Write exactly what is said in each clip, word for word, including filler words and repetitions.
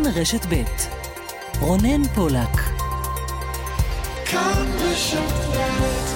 רשת ב' רונן פולק. כאן רשת ב'.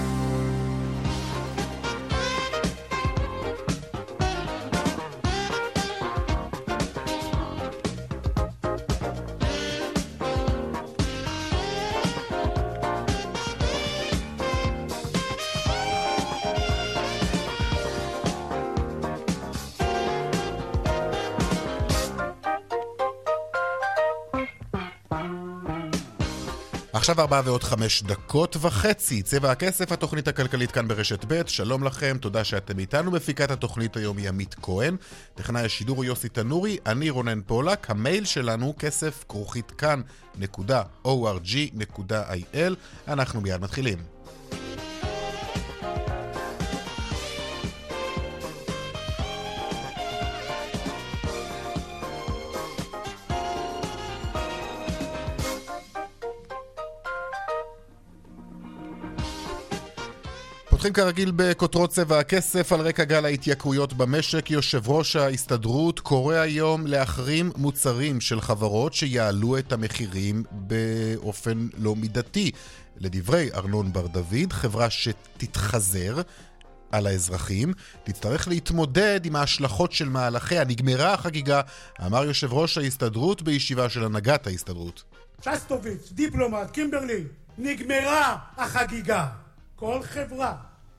עכשיו ארבע ועוד חמש דקות וחצי, צבע הכסף, התוכנית הכלכלית כאן ברשת ב'. שלום לכם, תודה שאתם איתנו. מפיקת התוכנית היום היא עמית כהן, טכנאי השידור הוא יוסי תנורי, אני רונן פולק. המייל שלנו כסף כרוכית כאן נקודה או אר ג'י נקודה איי אל. אנחנו מיד מתחילים. פותחים כרגיל בכותרות צבע הכסף. על רקע גל ההתייקרויות במשק, יושב ראש ההסתדרות קורא היום להחרים מוצרים של חברות שיעלו את המחירים באופן לא מידתי. לדברי ארנון בר דוד, חברה שתתחזר על האזרחים תצטרך להתמודד עם ההשלכות של מהלכיה. נגמרה החגיגה, אמר יושב ראש ההסתדרות בישיבה של הנהגת ההסתדרות. שסטוביץ, דיפלומט, קימברלי, נגמרה החגיגה. כל חברה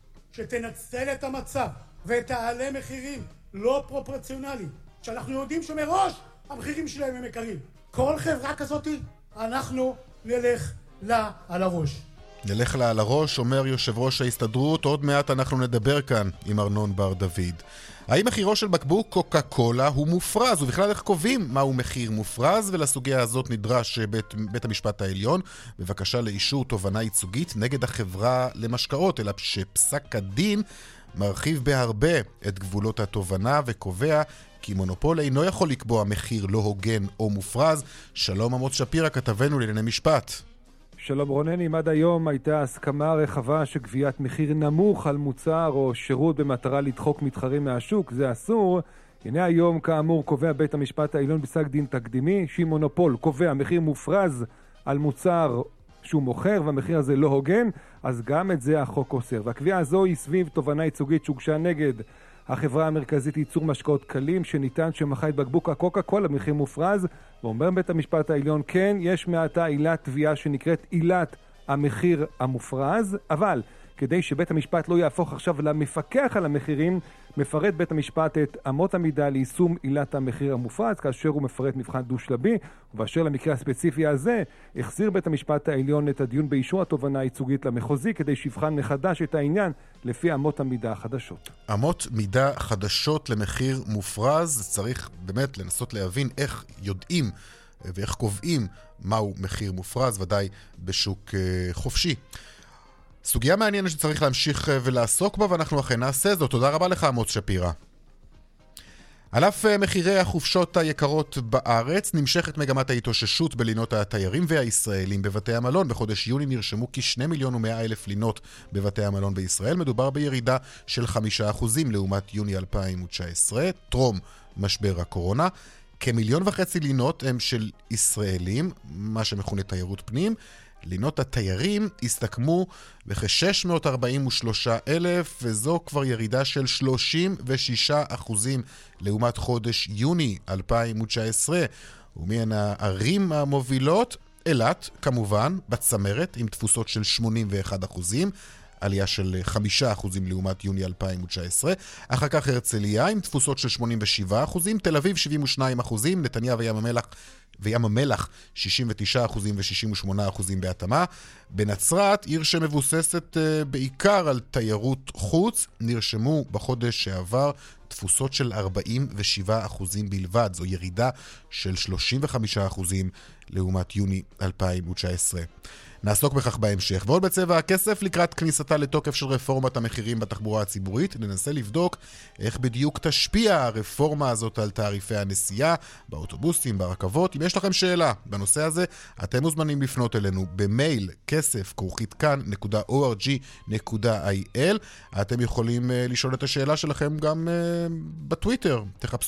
שתנצל את המצב ותעלה מחירים לא פרופורציונליים, שאנחנו יודעים שמראש המחירים שלהם הם יקרים, כל חברה כזאת אנחנו נלך לה על הראש. נלך לה על הראש, אומר יושב ראש ההסתדרות. עוד מעט אנחנו נדבר כאן עם ארנון בר דוד. האם מחירו של בקבוק קוקה קולה הוא מופרז? ובכלל איך קובעים מהו מחיר מופרז? ולסוגיה הזאת נדרש בית, בית המשפט העליון בבקשה לאישור תובנה ייצוגית נגד החברה למשקאות, אלא שפסק הדין מרחיב בהרבה את גבולות התובנה וקובע כי מונופול אינו יכול לקבוע מחיר לא הוגן או מופרז. שלום עמוס שפירא, כתבנו לענייני משפט. שלום רונן, אם עד היום הייתה הסכמה רחבה שגביית מחיר נמוך על מוצר או שירות במטרה לדחוק מתחרים מהשוק, זה אסור. הנה היום כאמור קובע בית המשפט העליון בפסק דין תקדימי שאם מונופול קובע מחיר מופרז על מוצר שהוא מוכר והמחיר הזה לא הוגן, אז גם את זה החוק אוסר. והקביעה הזו היא סביב תובנה ייצוגית שהוגשה נגד החברה המרכזית ייצור משקאות קלים שניתן שמחה את בקבוק הקוקה קולה במחיר מופרז. ואומר בית המשפט העליון, כן, יש מעתה עילת תביעה שנקראת עילת המחיר המופרז, אבל כדי שבית המשפט לא יהפוך עכשיו למפקח על המחירים, מפרט בית המשפט את אמות המידה ליישום עילת המחיר המופרז, כאשר הוא מפרט מבחן דו-שלבי. ובאשר למקרה הספציפי הזה, החזיר בית המשפט העליון את הדיון באישור התובנה הייצוגית למחוזי, כדי שיבחן מחדש את העניין לפי אמות המידה החדשות. אמות מידה חדשות למחיר מופרז, צריך באמת לנסות להבין איך יודעים ואיך קובעים מהו מחיר מופרז, ודאי בשוק חופשי. סוגיה מעניינת שצריך להמשיך ולעסוק בה, ואנחנו אכן נעשה זאת. תודה רבה לך עמוס שפירא. על אף מחירי החופשות היקרות בארץ, נמשכת מגמת ההתאוששות בלינות התיירים והישראלים בבתי המלון. בחודש יוני נרשמו כשני מיליון ומאה אלף לינות בבתי המלון בישראל. מדובר בירידה של חמישה אחוזים לעומת יוני אלפיים תשע עשרה, טרום משבר הקורונה. כמיליון וחצי לינות הם של ישראלים, מה שמכונה תיירות פנים. לינות התיירים הסתכמו בכ-שש מאות ארבעים ושלושה אלף, וזו כבר ירידה של שלושים ושישה אחוזים לעומת חודש יוני אלפיים תשע עשרה. ומהן הערים המובילות? אילת, כמובן, בצמרת, עם תפוסות של שמונים ואחד אחוזים, עלייה של חמישה אחוזים לעומת יוני אלפיים תשע עשרה. אחר כך הרצליה עם תפוסות של שמונים ושבעה אחוזים, תל אביב שבעים ושניים אחוזים, נתניה וים המלח וים המלח שישים ותשעה אחוזים ו-שישים ושמונה אחוזים בהתאמה. בנצרת, עיר שמבוססת uh, בעיקר על תיירות חוץ, נרשמו בחודש שעבר תפוסות של ארבעים ושבעה אחוזים בלבד. זו ירידה של שלושים וחמישה אחוזים לעומת יוני אלפיים תשע עשרה. נעסוק בכך בהמשך. ועוד בצבע הכסף, לקראת כניסתה לתוקף של רפורמת המחירים בתחבורה הציבורית, ננסה לבדוק איך בדיוק תשפיע הרפורמה הזאת על תעריפי הנסיעה באוטובוסים, ברכבות. אם יש לכם שאלה בנושא הזה, אתם מוזמנים לפנות אלינו במייל כסף כרוכית כאן נקודה או אר ג'י נקודה איי אל. אתם יכולים uh, לשאול את השאלה שלכם גם uh, בטוויטר. תחפשו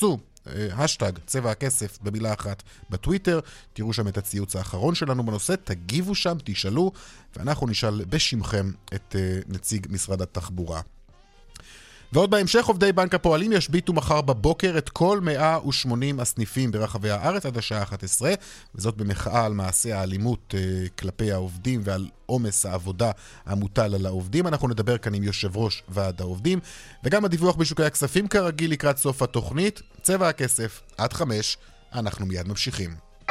השטג צבע הכסף במילה אחת בטוויטר, תראו שם את הציוץ האחרון שלנו בנושא, תגיבו שם, תשאלו, ואנחנו נשאל בשמכם את נציג משרד התחבורה. ועוד בהמשך, עובדי בנק הפועלים ישביתו מחר בבוקר את כל מאה ושמונים הסניפים ברחבי הארץ עד השעה אחת עשרה, וזאת במחאה על מעשה האלימות אה, כלפי העובדים ועל עומס העבודה המוטל על העובדים. אנחנו נדבר כאן עם יושב ראש ועד העובדים, וגם הדיווח בשוקי הכספים כרגיל לקראת סוף התוכנית. צבע הכסף עד חמש, אנחנו מיד ממשיכים.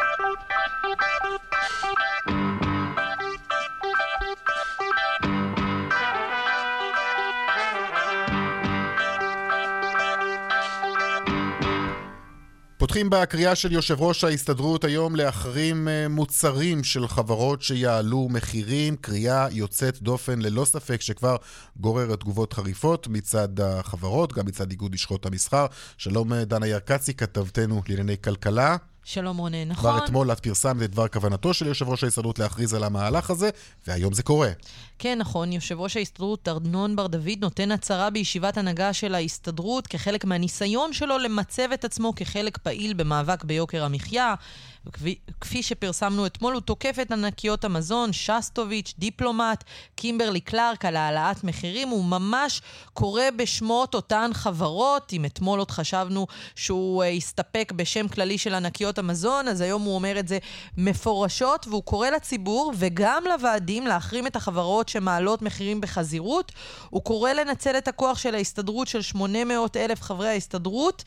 פותחים בקריאה של יושב ראש ההסתדרות היום להחרים מוצרים של חברות שיעלו מחירים, קריאה יוצאת דופן ללא ספק שכבר גוררת תגובות חריפות מצד החברות, גם מצד איגוד לשכות המסחר. שלום דנה ירקצי, כתבתנו לענייני כלכלה. שלום רונן, נכון. כבר אתמול את פרסמת את דבר כוונתו של יושב ראש ההסתדרות להכריז על המהלך הזה, והיום זה קורה. כן, נכון. יושב ראש ההסתדרות ארנון בר דוד נותן הצהרה בישיבת הנהגה של ההסתדרות כחלק מהניסיון שלו למצב את עצמו כחלק פעיל במאבק ביוקר המחיה. וכפי, כפי שפרסמנו אתמול, הוא תוקף את ענקיות המזון, שסטוביץ', דיפלומט, קימברלי קלארק על העלאת מחירים. הוא ממש קורא בשמות אותן חברות. אם אתמול עוד חשבנו שהוא uh, הסתפק בשם כללי של ענקיות המזון, אז היום הוא אומר את זה מפורשות, והוא קורא לציבור וגם לוועדים להחרים את החברות שמעלות מחירים בחזירות. הוא קורא לנצל את הכוח של ההסתדרות של שמונה מאות אלף חברי ההסתדרות,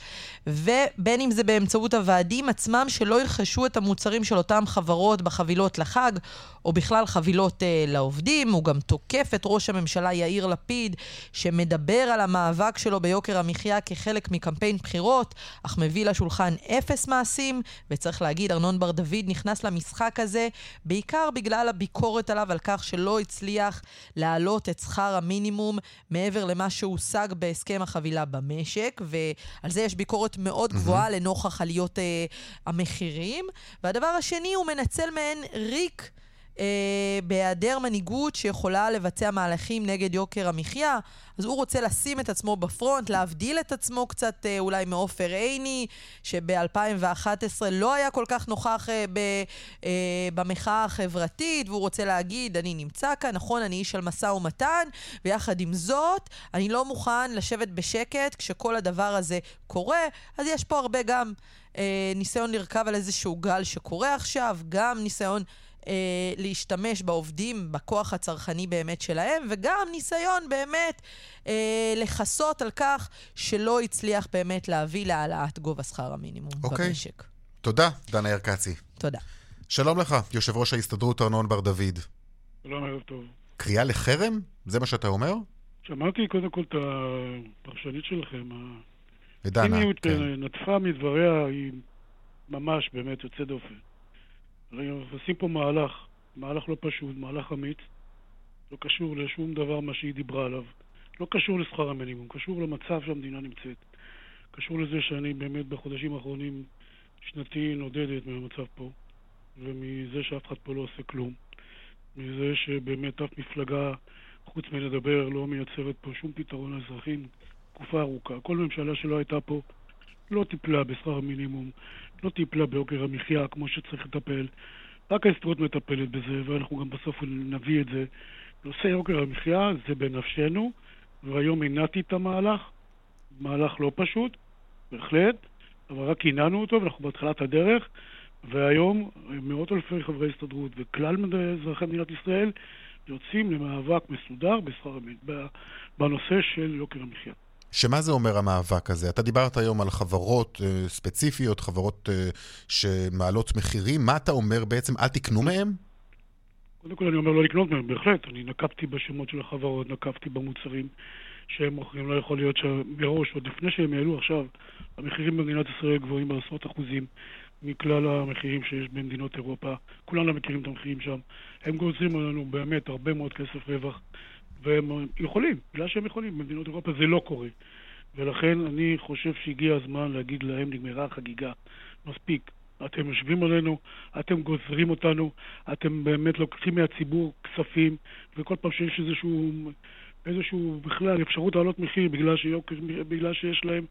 ובין אם זה באמצעות הוועדים עצמם שלא ירכשו את המוצרים של אותם חברות בחבילות לחג, או בכלל חבילות אה, לעובדים. הוא גם תוקף את ראש הממשלה יאיר לפיד, שמדבר על המאבק שלו ביוקר המחיה כחלק מקמפיין בחירות, אך מביא לשולחן אפס מעשים. וצריך להגיד, ארנון בר דוד נכנס למשחק הזה בעיקר בגלל הביקורת עליו על כך שלא הצליח להעלות את שכר המינימום מעבר למה שהושג בהסכם החבילה במשק, ועל זה יש ביקורת מאוד גבוהה לנוכח עליות אה, המחירים. והדבר השני, הוא מנצל מהן ריק אה, בהיעדר מנהיגות שיכולה לבצע מהלכים נגד יוקר המחיה. אז הוא רוצה לשים את עצמו בפרונט, להבדיל את עצמו קצת אה, אולי מעופר עיני, שב-אלפיים ואחת עשרה לא היה כל כך נוכח אה, ב, אה, במחאה החברתית, והוא רוצה להגיד, אני נמצא כאן, נכון, אני איש על משא ומתן, ויחד עם זאת, אני לא מוכן לשבת בשקט כשכל הדבר הזה קורה. אז יש פה הרבה גם אה, ניסיון לרכב על איזשהו גל שקורה עכשיו, גם ניסיון אה, להשתמש בעובדים, בכוח הצרכני באמת שלהם, וגם ניסיון באמת אה, לחסות על כך שלא הצליח באמת להביא להעלאת גובה שכר המינימום אוקיי. במשק. תודה, דנה ירקצי. תודה. שלום לך, יושב ראש ההסתדרות ארנון בר דוד. שלום, ערב טוב. קריאה לחרם? זה מה שאתה אומר? שמעתי קודם כל את הפרשנית שלכם. ודנה, הציניות כן. נטפה מדבריה, היא ממש באמת יוצא דופן. עושים פה מהלך, מהלך לא פשוט, מהלך אמיץ, לא קשור לשום דבר מה שהיא דיברה עליו. לא קשור לשכר המינימום, קשור למצב שהמדינה נמצאת. קשור לזה שאני באמת בחודשים האחרונים שנתי נודדת מהמצב פה, ומזה שאף אחד פה לא עושה כלום. מזה שבאמת אף מפלגה חוץ מלדבר לא מייצרת פה שום פתרון לאזרחים תקופה ארוכה. כל ממשלה שלא הייתה פה לא טיפלה בשכר המינימום, לא טיפלה ביוקר המחיה כמו שצריך לטפל. רק ההסתדרות מטפלת בזה, ואנחנו גם בסוף נביא את זה. נושא יוקר המחיה זה בנפשנו, והיום עינתי את המהלך, מהלך לא פשוט, בהחלט, אבל רק עיננו אותו ואנחנו בהתחלת הדרך, והיום מאות אלפי חברי הסתדרות וכלל אזרחי מדינת ישראל יוצאים למאבק מסודר בשכר המינימום, בנושא של יוקר המחיה. שמה זה אומר המאבק הזה? אתה דיברת היום על חברות uh, ספציפיות, חברות uh, שמעלות מחירים. מה אתה אומר בעצם? אל תקנו מהם? קודם כל אני אומר לא לקנות מהם, בהחלט. אני נקבתי בשמות של החברות, נקבתי במוצרים שהם מוכרים. לא יכול להיות שמראש, עוד לפני שהם העלו עכשיו, המחירים במדינת ישראל גבוהים בעשרות אחוזים מכלל המחירים שיש במדינות אירופה. כולנו מכירים את המחירים שם. הם גוזרים עלינו באמת הרבה מאוד כסף רווח. והם יכולים, בגלל שהם יכולים, במדינות אירופה זה לא קורה. ולכן אני חושב שהגיע הזמן להגיד להם, נגמרה החגיגה. מספיק. אתם יושבים עלינו, אתם גוזרים אותנו, אתם באמת לוקחים מהציבור כספים, וכל פעם שיש איזשהו, איזשהו בכלל אפשרות לעלות מחיר בגלל, שיוק, בגלל שיש להם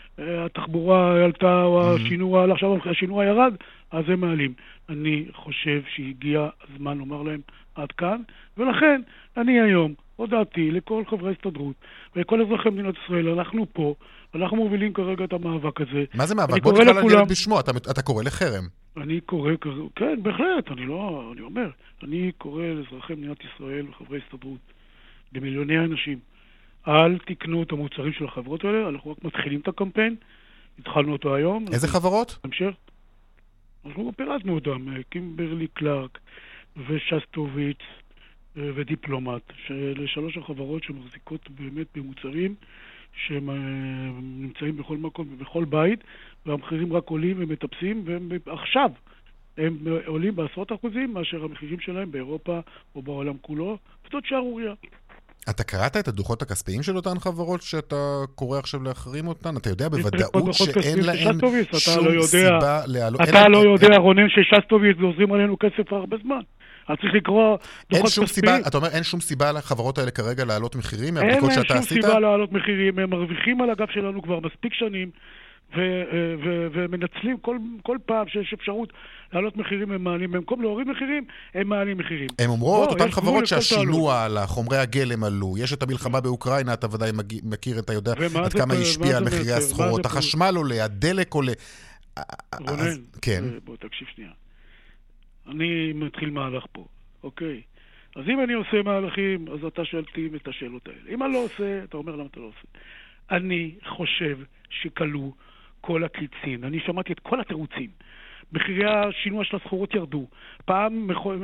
התחבורה עלתה או השינוע עלה, עכשיו השינוע ירד, אז הם מעלים. אני חושב שהגיע הזמן לומר להם עד כאן, ולכן אני היום הודעתי לכל חברי הסתדרות ולכל אזרחי מדינת ישראל, אנחנו פה, אנחנו מובילים כרגע את המאבק הזה. מה זה מאבק? בוא תקרא לילד בשמו, אתה, אתה קורא לחרם. אני קורא, כן, בהחלט, אני לא, אני אומר, אני קורא לאזרחי מדינת ישראל וחברי הסתדרות, במיליוני אנשים, אל תקנו את המוצרים של החברות האלה, אנחנו רק מתחילים את הקמפיין, התחלנו אותו היום. איזה חברות? המשך. אנחנו פירטנו אותם, קימברלי קלארק ושסטוביץ ודיפלומט, שאלה שלוש החברות שמחזיקות באמת במוצרים שהם נמצאים בכל מקום ובכל בית, והמחירים רק עולים ומטפסים, ועכשיו הם עולים בעשרות אחוזים מאשר המחירים שלהם באירופה או בעולם כולו, וזאת שערוריה. אתה קראת את הדוחות הכספיים של אותן חברות שאתה קורא עכשיו להחרים אותן? אתה יודע בוודאות שאין להם שום סיבה להעלות... אתה לא יודע, רונן, ששסטוביץ גוזרים עלינו כסף הרבה זמן. אז צריך לקרוא דוחות כספיים. אתה אומר, אין שום סיבה לחברות האלה כרגע להעלות מחירים מהבדיקות שאתה עשית? אין שום סיבה להעלות מחירים, הם מרוויחים על הגב שלנו כבר מספיק שנים, ומנצלים כל פעם שיש אפשרות להעלות מחירים הם מעלים, במקום להוריד מחירים הם מעלים מחירים. הם אומרות, אותן חברות שהשינוע על חומרי הגלם עלו, יש את המלחמה באוקראינה, אתה ודאי מכיר, אתה יודע עד כמה השפיע על מחירי הסחורות, החשמל עולה, הדלק עולה. רונן, בוא תקשיב שנייה. אני מתחיל מהלך פה, אוקיי? אז אם אני עושה מהלכים, אז אתה שואלתי את השאלות האלה. אם אני לא עושה, אתה אומר למה אתה לא עושה. אני חושב שקלו כל הקיצין. אני שמעתי את כל התירוצים. מחירי השינוע של הסחורות ירדו. פעם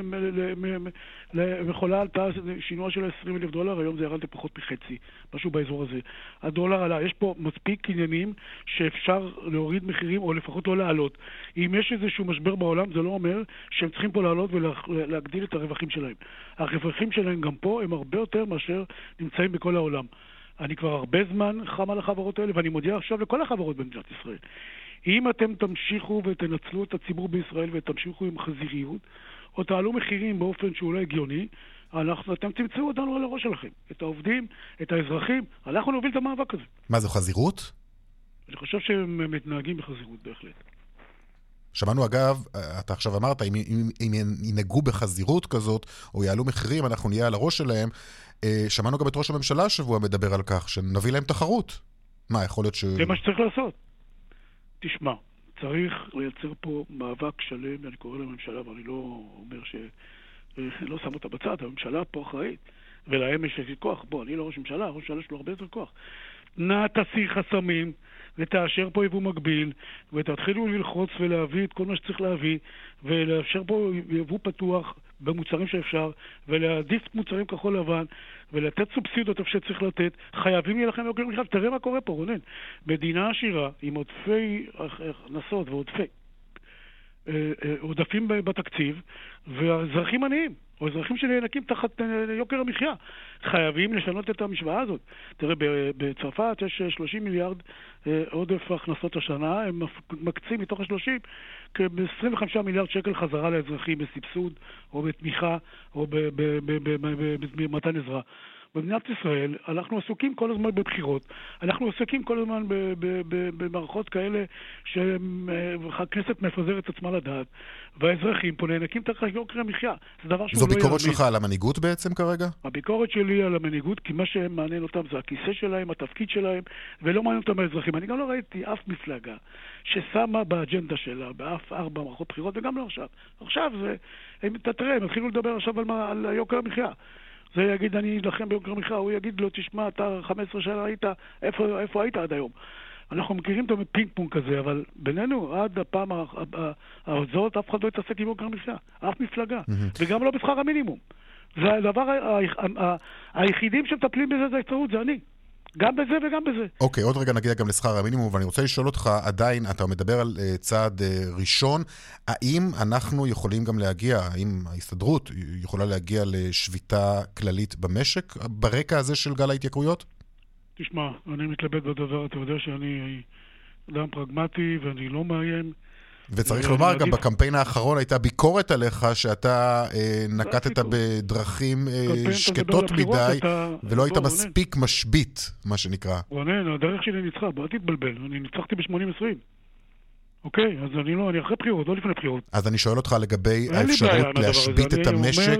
מכולה עלתה שינוע של עשרים אלף דולר, היום זה ירד לפחות מחצי, משהו באזור הזה. הדולר עלה. יש פה מספיק עניינים שאפשר להוריד מחירים, או לפחות לא לעלות. אם יש איזשהו משבר בעולם, זה לא אומר שהם צריכים פה לעלות ולהגדיל את הרווחים שלהם. הרווחים שלהם גם פה הם הרבה יותר מאשר נמצאים בכל העולם. אני כבר הרבה זמן חם על החברות האלה, ואני מודיע עכשיו לכל החברות במדינת ישראל. אם אתם תמשיכו ותנצלו את הציבור בישראל ותמשיכו עם חזיריות, או תעלו מחירים באופן שהוא לא הגיוני, אנחנו, אתם תמצאו אותנו על הראש שלכם. את העובדים, את האזרחים, אנחנו נוביל את המאבק הזה. מה זו חזירות? אני חושב שהם מתנהגים בחזירות בהחלט. שמענו אגב, אתה עכשיו אמרת, אם, אם, אם ינהגו בחזירות כזאת, או יעלו מחירים, אנחנו נהיה על הראש שלהם. שמענו גם את ראש הממשלה השבוע מדבר על כך, שנביא להם תחרות. מה, יכול להיות ש... זה מה שצריך לעשות. תשמע, צריך לייצר פה מאבק שלם, ואני קורא לממשלה, ואני לא אומר ש... לא שם אותה בצד, הממשלה פה אחראית, ולהם יש כוח. בוא, אני לא ראש ממשלה, ראש ממשלה שלו הרבה יותר כוח. נא תסיר חסמים, ותאשר פה יבוא מקביל, ותתחילו ללחוץ ולהביא את כל מה שצריך להביא, ולאפשר פה יבוא פתוח במוצרים שאפשר, ולהעדיף מוצרים כחול לבן, ולתת סובסידיות איפה שצריך לתת. חייבים להילחם ביוקר המחיה. תראה מה קורה פה, רונן. מדינה עשירה עם עודפי הכנסות ועודפי עודפים בתקציב, והאזרחים עניים, או אזרחים שנאנקים תחת יוקר המחיה. חייבים לשנות את המשוואה הזאת. תראה, בצרפת יש שלושים מיליארד עודף הכנסות השנה, הם מקצים מתוך ה-שלושים כ-עשרים וחמישה מיליארד שקל חזרה לאזרחים בסבסוד, או בתמיכה, או במתן עזרה. במדינת ישראל אנחנו עסוקים כל הזמן בבחירות, אנחנו עסוקים כל הזמן במערכות כאלה שהכנסת מפזרת עצמה לדעת, והאזרחים פה נאנקים תחת יוקר המחיה. זה דבר שהוא לא יאמין. זו ביקורת שלך על המנהיגות בעצם כרגע? הביקורת שלי על המנהיגות, כי מה שמעניין אותם זה הכיסא שלהם, התפקיד שלהם, ולא מעניין אותם האזרחים. אני גם לא ראיתי אף מפלגה ששמה באג'נדה שלה, באף ארבע מערכות בחירות, וגם לא עכשיו. עכשיו זה, הם, תראה, הם התחילו לדבר עכשיו על, על יוקר המחיה. זה יגיד, אני אדלחם ביוקר המחיה, הוא יגיד לו, תשמע, אתה חמש עשרה שנה היית, איפה, איפה היית עד היום? אנחנו מכירים את הפינג פונג כזה, אבל בינינו, עד הפעם הזאת, אף אחד לא יתעסק עם יוקר המחיה, אף מפלגה, וגם לא בשכר המינימום. זה הדבר היחידים שמטפלים בזה, זה ההסתדרות, זה אני. גם בזה וגם בזה. אוקיי, עוד רגע נגיע גם לשכר המינימום, ואני רוצה לשאול אותך, עדיין, אתה מדבר על uh, צעד uh, ראשון, האם אנחנו יכולים גם להגיע, האם ההסתדרות יכולה להגיע לשביתה כללית במשק, ברקע הזה של גל ההתייקרויות? תשמע, אני מתלבט בדבר, אתה יודע שאני אדם פרגמטי, ואני לא מאיים, וצריך לומר, גם בקמפיין האחרון הייתה ביקורת עליך שאתה נקטת בדרכים שקטות מדי, ולא היית מספיק משבית, מה שנקרא. רונן, הדרך שלי ניצחה, בוא תתבלבל, אני ניצחתי ב-שמונים עשרים. אוקיי, אז אני לא, אני אחרי בחירות, לא לפני בחירות. אז אני שואל אותך לגבי האפשרות להשבית את המשק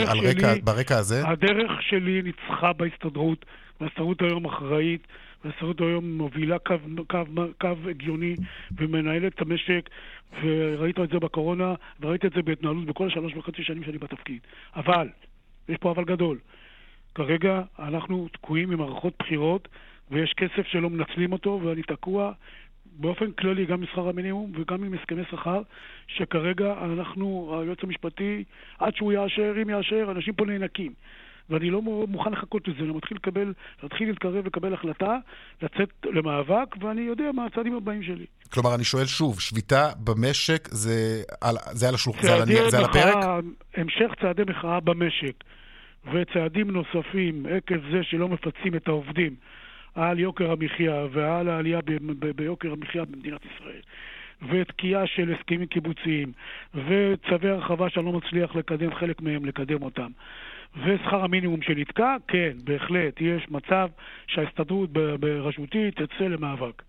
ברקע הזה? הדרך שלי ניצחה בהסתדרות, וההסתדרות היום אחראית, וההסתדרות היום מובילה קו, קו, קו הגיוני ומנהלת את המשק, וראית את זה בקורונה, וראית את זה בהתנהלות בכל השלוש וחצי שנים שלי בתפקיד. אבל, יש פה אבל גדול. כרגע אנחנו תקועים עם מערכות בחירות, ויש כסף שלא מנצלים אותו, ואני תקוע באופן כללי גם משכר המינימום וגם עם הסכמי שכר, שכרגע אנחנו, היועץ המשפטי, עד שהוא יאשר, אם יאשר, אנשים פה נאנקים. ואני לא מוכן לחכות לזה, אני מתחיל לקבל, להתחיל להתקרב לקבל החלטה, לצאת למאבק, ואני יודע מה הצעדים הבאים שלי. כלומר, אני שואל שוב, שביתה במשק זה על, זה על השלוח, זה על, זה על הפרק? המשך צעדי מחאה במשק, וצעדים נוספים, עקב זה שלא מפצים את העובדים, על יוקר המחיה ועל העלייה ב- ב- ביוקר המחיה במדינת ישראל, ותקיעה של הסכמים קיבוציים, וצווי הרחבה שאני לא מצליח לקדם חלק מהם, לקדם אותם, ושכר המינימום שנתקע, כן, בהחלט, יש מצב שההסתדרות בראשותי תצא למאבק.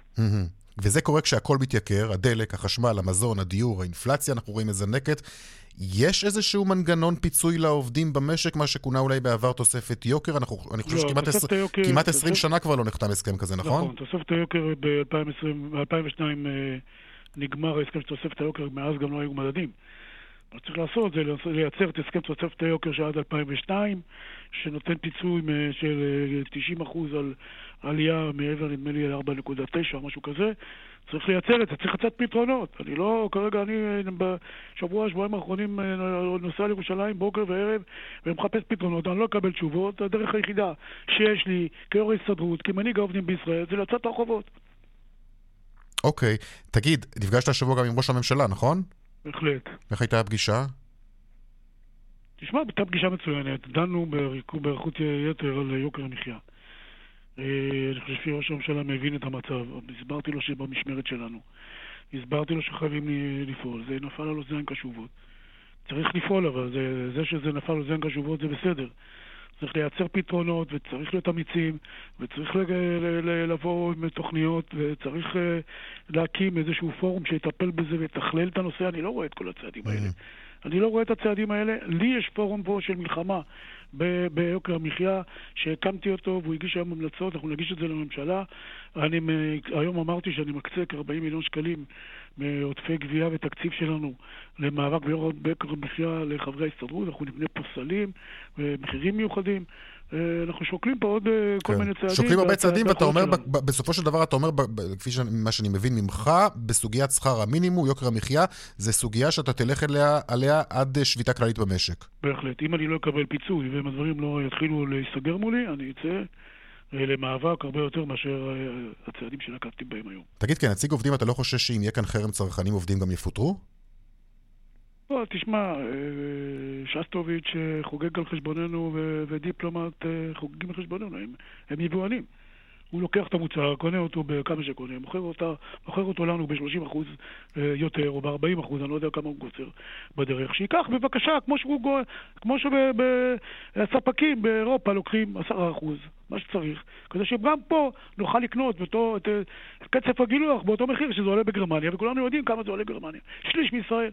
וזה קורה כשהכל מתייקר, הדלק, החשמל, המזון, הדיור, האינפלציה, אנחנו רואים מזנקת. יש איזשהו מנגנון פיצוי לעובדים במשק, מה שכונה אולי בעבר תוספת יוקר? אנחנו, אני חושב לא, שכמעט תוספת היוקר, כמעט תוספת... עשרים שנה כבר לא נחתם הסכם כזה, נכון? נכון, תוספת היוקר ב-אלפיים ושתיים נגמר ההסכם של תוספת היוקר, מאז גם לא היו מדדים. מה צריך לעשות זה לייצר את הסכם תוספת היוקר שעד אלפיים ושתיים, שנותן פיצוי של תשעים אחוז על עלייה מעבר, נדמה לי, ל-ארבע נקודה תשע, משהו כזה. צריך לייצר את זה, צריך לצאת פתרונות. אני לא, כרגע אני בשבוע, שבועיים האחרונים נוסע לירושלים בוקר וערב ומחפש פתרונות. אני לא אקבל תשובות. הדרך היחידה שיש לי כיו"ר הסתדרות, כמנהיג העובדים בישראל, זה לצאת לרחובות. אוקיי. תגיד, נפגשת השבוע גם עם ראש הממשלה, נכון? בהחלט. איך הייתה הפגישה? תשמע, הייתה פגישה מצוינת. דנו בערכות יתר על יוקר המחיה. אני חושב שראש הממשלה מבין את המצב. הסברתי לו שבמשמרת שלנו. הסברתי לו שחייבים לפעול. זה נפל על אוזניים קשובות. צריך לפעול, אבל זה, זה שזה נפל על אוזניים קשובות זה בסדר. צריך לייצר פתרונות, וצריך להיות אמיצים, וצריך לבוא עם תוכניות, וצריך להקים איזשהו פורום שיטפל בזה ויתכלל את הנושא. אני לא רואה את כל הצעדים האלה. אני לא רואה את הצעדים האלה. לי יש פורום פה של מלחמה ב- ביוקר המחיה, שהקמתי אותו, והוא הגיש היום המלצות, אנחנו נגיש את זה לממשלה. אני היום אמרתי שאני מקצה כ-ארבעים מיליון שקלים מעודפי גבייה ותקציב שלנו למאבק ביוקר המחיה לחברי ההסתדרות. אנחנו נבנה פה סלים ומחירים מיוחדים. אנחנו שוקלים פה עוד כל מיני צעדים. שוקלים הרבה צעדים, ואתה אומר, בסופו של דבר אתה אומר, כפי מה שאני מבין ממך, בסוגיית שכר המינימום, יוקר המחיה, זה סוגיה שאתה תלך עליה עד שביתה כללית במשק. בהחלט. אם אני לא אקבל פיצוי, ואם הדברים לא יתחילו להיסגר מולי, אני אצא למאבק הרבה יותר מאשר הצעדים שנקטתי בהם היום. תגיד, כן, נציג עובדים, אתה לא חושש שאם יהיה כאן חרם צרכנים, עובדים גם יפוטרו? לא, תשמע, שסטוביץ' חוגג על חשבוננו ודיפלומט חוגגים על חשבוננו, הם, הם יבואנים. הוא לוקח את המוצר, קונה אותו בכמה שקונה, מוכר, אותה, מוכר אותו לנו ב-שלושים אחוז יותר או ב-ארבעים אחוז, אני לא יודע כמה הוא גוצר בדרך. שיקח בבקשה, כמו, שהוא, כמו שבספקים באירופה לוקחים עשרה אחוז, מה שצריך, כדי שגם פה נוכל לקנות אותו, את, את קצף הגילוח באותו מחיר שזה עולה בגרמניה, וכולנו יודעים כמה זה עולה בגרמניה. שליש מישראל.